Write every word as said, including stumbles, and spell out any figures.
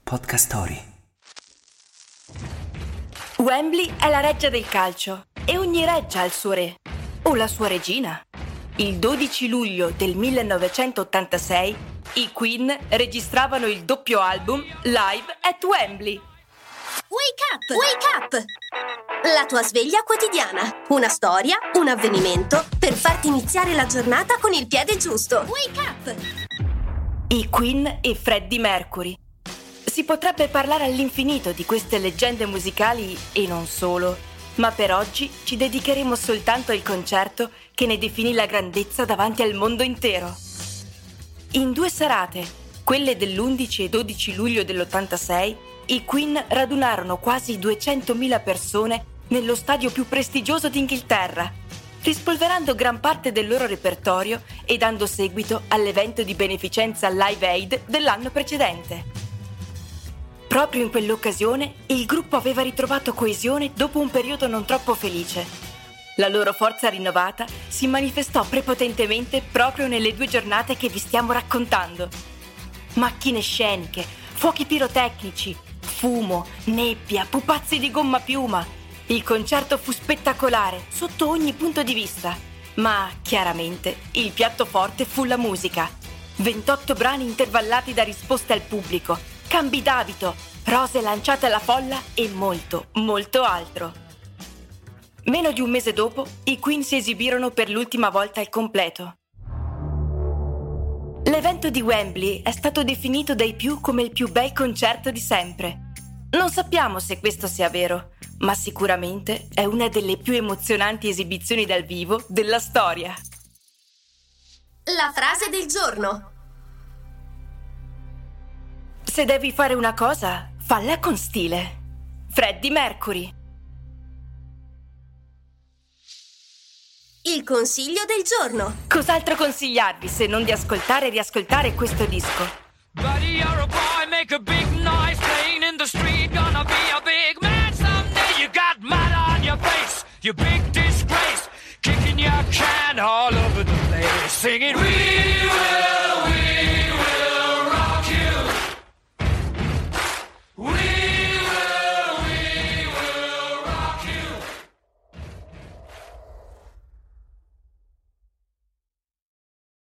Podcast Story. Wembley è la reggia del calcio e ogni reggia ha il suo re o la sua regina. Il dodici luglio del millenovecentottantasei i Queen registravano il doppio album Live at Wembley. Wake up! Wake up! La tua sveglia quotidiana. Una storia, un avvenimento per farti iniziare la giornata con il piede giusto. Wake up! I Queen e Freddie Mercury. Si potrebbe parlare all'infinito di queste leggende musicali e non solo, ma per oggi ci dedicheremo soltanto al concerto che ne definì la grandezza davanti al mondo intero. In due serate, quelle dell'undici e dodici luglio dell'ottantasei, i Queen radunarono quasi duecentomila persone nello stadio più prestigioso d'Inghilterra, rispolverando gran parte del loro repertorio e dando seguito all'evento di beneficenza Live Aid dell'anno precedente. Proprio in quell'occasione il gruppo aveva ritrovato coesione dopo un periodo non troppo felice. La loro forza rinnovata si manifestò prepotentemente proprio nelle due giornate che vi stiamo raccontando. Macchine sceniche, fuochi pirotecnici, fumo, nebbia, pupazzi di gomma piuma. Il concerto fu spettacolare sotto ogni punto di vista, ma chiaramente il piatto forte fu la musica. ventotto brani intervallati da risposte al pubblico, cambi d'abito, rose lanciate alla folla e molto, molto altro. Meno di un mese dopo, i Queen si esibirono per l'ultima volta al completo. L'evento di Wembley è stato definito dai più come il più bel concerto di sempre. Non sappiamo se questo sia vero, ma sicuramente è una delle più emozionanti esibizioni dal vivo della storia. La frase del giorno. Se devi fare una cosa, falla con stile. Freddie Mercury. Il consiglio del giorno. Cos'altro consigliarvi se non di ascoltare e riascoltare questo disco? Buddy, you're a boy, make a big noise, playing in the street, gonna be a big man someday. You got mud on your face, you big disgrace, kicking your can all over the place, singing we